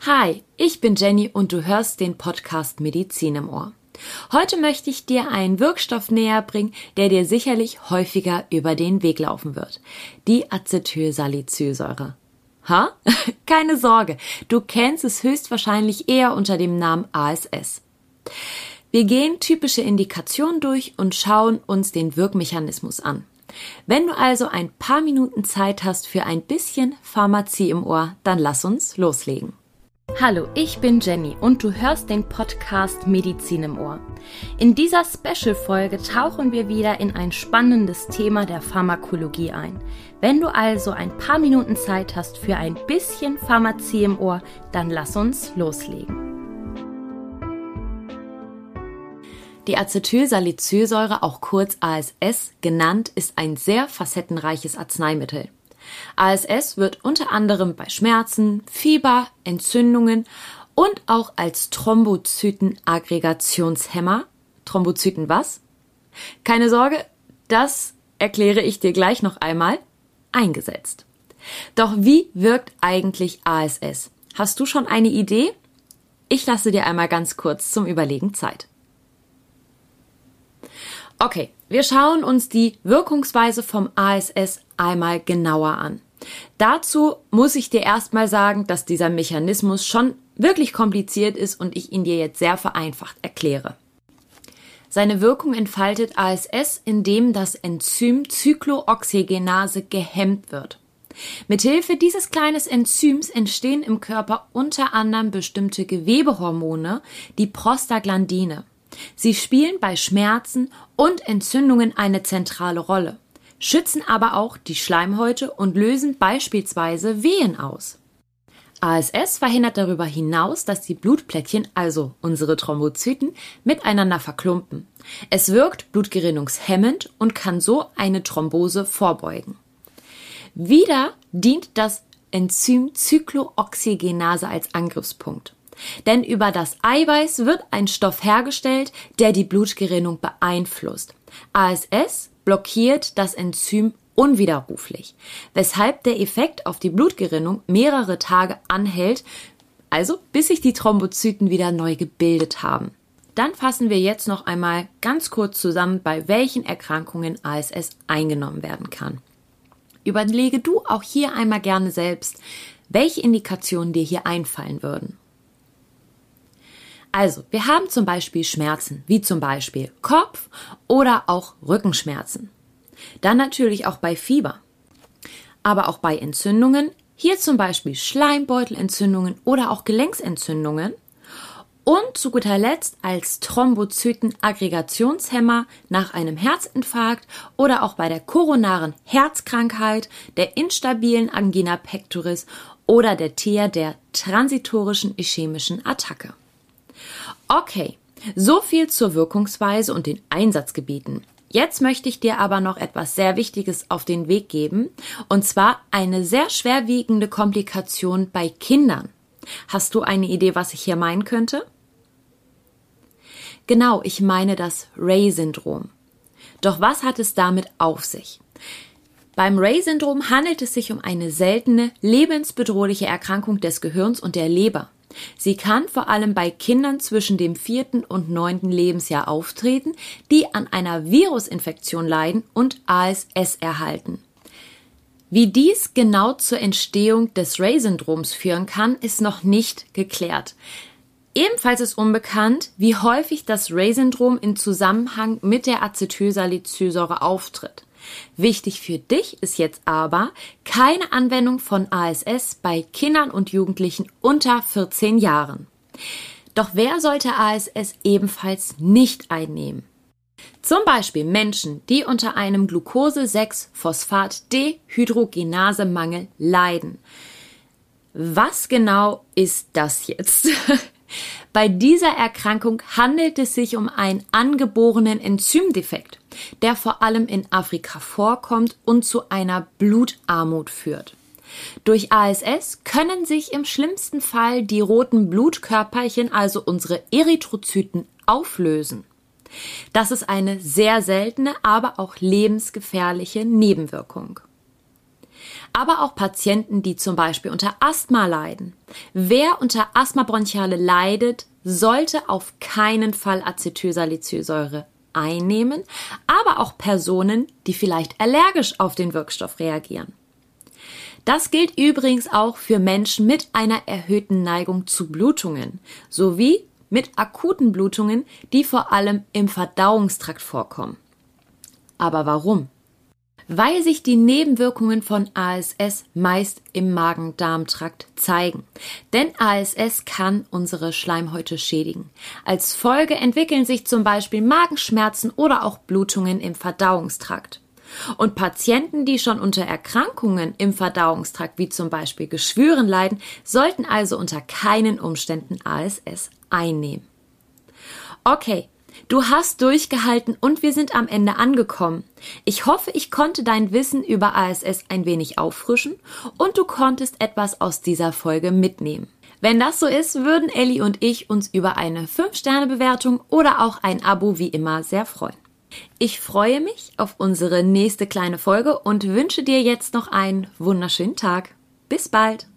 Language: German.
Hi, ich bin Jenny und du hörst den Podcast Medizin im Ohr. Heute möchte ich dir einen Wirkstoff näher bringen, der dir sicherlich häufiger über den Weg laufen wird. Die Acetylsalicylsäure. Ha? Keine Sorge, du kennst es höchstwahrscheinlich eher unter dem Namen ASS. Wir gehen typische Indikationen durch und schauen uns den Wirkmechanismus an. Wenn du also ein paar Minuten Zeit hast für ein bisschen Pharmazie im Ohr, dann lass uns loslegen. Hallo, ich bin Jenny und du hörst den Podcast Medizin im Ohr. In dieser Special-Folge tauchen wir wieder in ein spannendes Thema der Pharmakologie ein. Wenn du also ein paar Minuten Zeit hast für ein bisschen Pharmazie im Ohr, dann lass uns loslegen. Die Acetylsalicylsäure, auch kurz ASS genannt, ist ein sehr facettenreiches Arzneimittel. ASS wird unter anderem bei Schmerzen, Fieber, Entzündungen und auch als Thrombozytenaggregationshemmer, Thrombozyten was? Keine Sorge, das erkläre ich dir gleich noch einmal, eingesetzt. Doch wie wirkt eigentlich ASS? Hast du schon eine Idee? Ich lasse dir einmal ganz kurz zum Überlegen Zeit. Okay, wir schauen uns die Wirkungsweise vom ASS einmal genauer an. Dazu muss ich dir erstmal sagen, dass dieser Mechanismus schon wirklich kompliziert ist und ich ihn dir jetzt sehr vereinfacht erkläre. Seine Wirkung entfaltet ASS, indem das Enzym Cyclooxygenase gehemmt wird. Mithilfe dieses kleinen Enzyms entstehen im Körper unter anderem bestimmte Gewebehormone, die Prostaglandine. Sie spielen bei Schmerzen und Entzündungen eine zentrale Rolle, schützen aber auch die Schleimhäute und lösen beispielsweise Wehen aus. ASS verhindert darüber hinaus, dass die Blutplättchen, also unsere Thrombozyten, miteinander verklumpen. Es wirkt blutgerinnungshemmend und kann so eine Thrombose vorbeugen. Wieder dient das Enzym Cyclooxygenase als Angriffspunkt. Denn über das Eiweiß wird ein Stoff hergestellt, der die Blutgerinnung beeinflusst. ASS blockiert das Enzym unwiderruflich, weshalb der Effekt auf die Blutgerinnung mehrere Tage anhält, also bis sich die Thrombozyten wieder neu gebildet haben. Dann fassen wir jetzt noch einmal ganz kurz zusammen, bei welchen Erkrankungen ASS eingenommen werden kann. Überlege du auch hier einmal gerne selbst, welche Indikationen dir hier einfallen würden. Also, wir haben zum Beispiel Schmerzen, wie zum Beispiel Kopf- oder auch Rückenschmerzen. Dann natürlich auch bei Fieber. Aber auch bei Entzündungen, hier zum Beispiel Schleimbeutelentzündungen oder auch Gelenksentzündungen. Und zu guter Letzt als Thrombozytenaggregationshemmer nach einem Herzinfarkt oder auch bei der koronaren Herzkrankheit, der instabilen Angina pectoris oder der TEA, der transitorischen ischämischen Attacke. Okay, so viel zur Wirkungsweise und den Einsatzgebieten. Jetzt möchte ich dir aber noch etwas sehr Wichtiges auf den Weg geben, und zwar eine sehr schwerwiegende Komplikation bei Kindern. Hast du eine Idee, was ich hier meinen könnte? Genau, ich meine das Reye-Syndrom. Doch was hat es damit auf sich? Beim Reye-Syndrom handelt es sich um eine seltene, lebensbedrohliche Erkrankung des Gehirns und der Leber. Sie kann vor allem bei Kindern zwischen dem 4. und 9. Lebensjahr auftreten, die an einer Virusinfektion leiden und ASS erhalten. Wie dies genau zur Entstehung des Reye-Syndroms führen kann, ist noch nicht geklärt. Ebenfalls ist unbekannt, wie häufig das Reye-Syndrom in Zusammenhang mit der Acetylsalicylsäure auftritt. Wichtig für dich ist jetzt aber keine Anwendung von ASS bei Kindern und Jugendlichen unter 14 Jahren. Doch wer sollte ASS ebenfalls nicht einnehmen? Zum Beispiel Menschen, die unter einem Glucose-6-Phosphat-Dehydrogenase-Mangel leiden. Was genau ist das jetzt? Bei dieser Erkrankung handelt es sich um einen angeborenen Enzymdefekt, der vor allem in Afrika vorkommt und zu einer Blutarmut führt. Durch ASS können sich im schlimmsten Fall die roten Blutkörperchen, also unsere Erythrozyten, auflösen. Das ist eine sehr seltene, aber auch lebensgefährliche Nebenwirkung. Aber auch Patienten, die zum Beispiel unter Asthma leiden. Wer unter Asthma bronchiale leidet, sollte auf keinen Fall Acetylsalicylsäure einnehmen, aber auch Personen, die vielleicht allergisch auf den Wirkstoff reagieren. Das gilt übrigens auch für Menschen mit einer erhöhten Neigung zu Blutungen sowie mit akuten Blutungen, die vor allem im Verdauungstrakt vorkommen. Aber warum? Weil sich die Nebenwirkungen von ASS meist im Magen-Darm-Trakt zeigen. Denn ASS kann unsere Schleimhäute schädigen. Als Folge entwickeln sich zum Beispiel Magenschmerzen oder auch Blutungen im Verdauungstrakt. Und Patienten, die schon unter Erkrankungen im Verdauungstrakt wie zum Beispiel Geschwüren leiden, sollten also unter keinen Umständen ASS einnehmen. Okay. Du hast durchgehalten und wir sind am Ende angekommen. Ich hoffe, ich konnte dein Wissen über ASS ein wenig auffrischen und du konntest etwas aus dieser Folge mitnehmen. Wenn das so ist, würden Elli und ich uns über eine 5-Sterne-Bewertung oder auch ein Abo wie immer sehr freuen. Ich freue mich auf unsere nächste kleine Folge und wünsche dir jetzt noch einen wunderschönen Tag. Bis bald!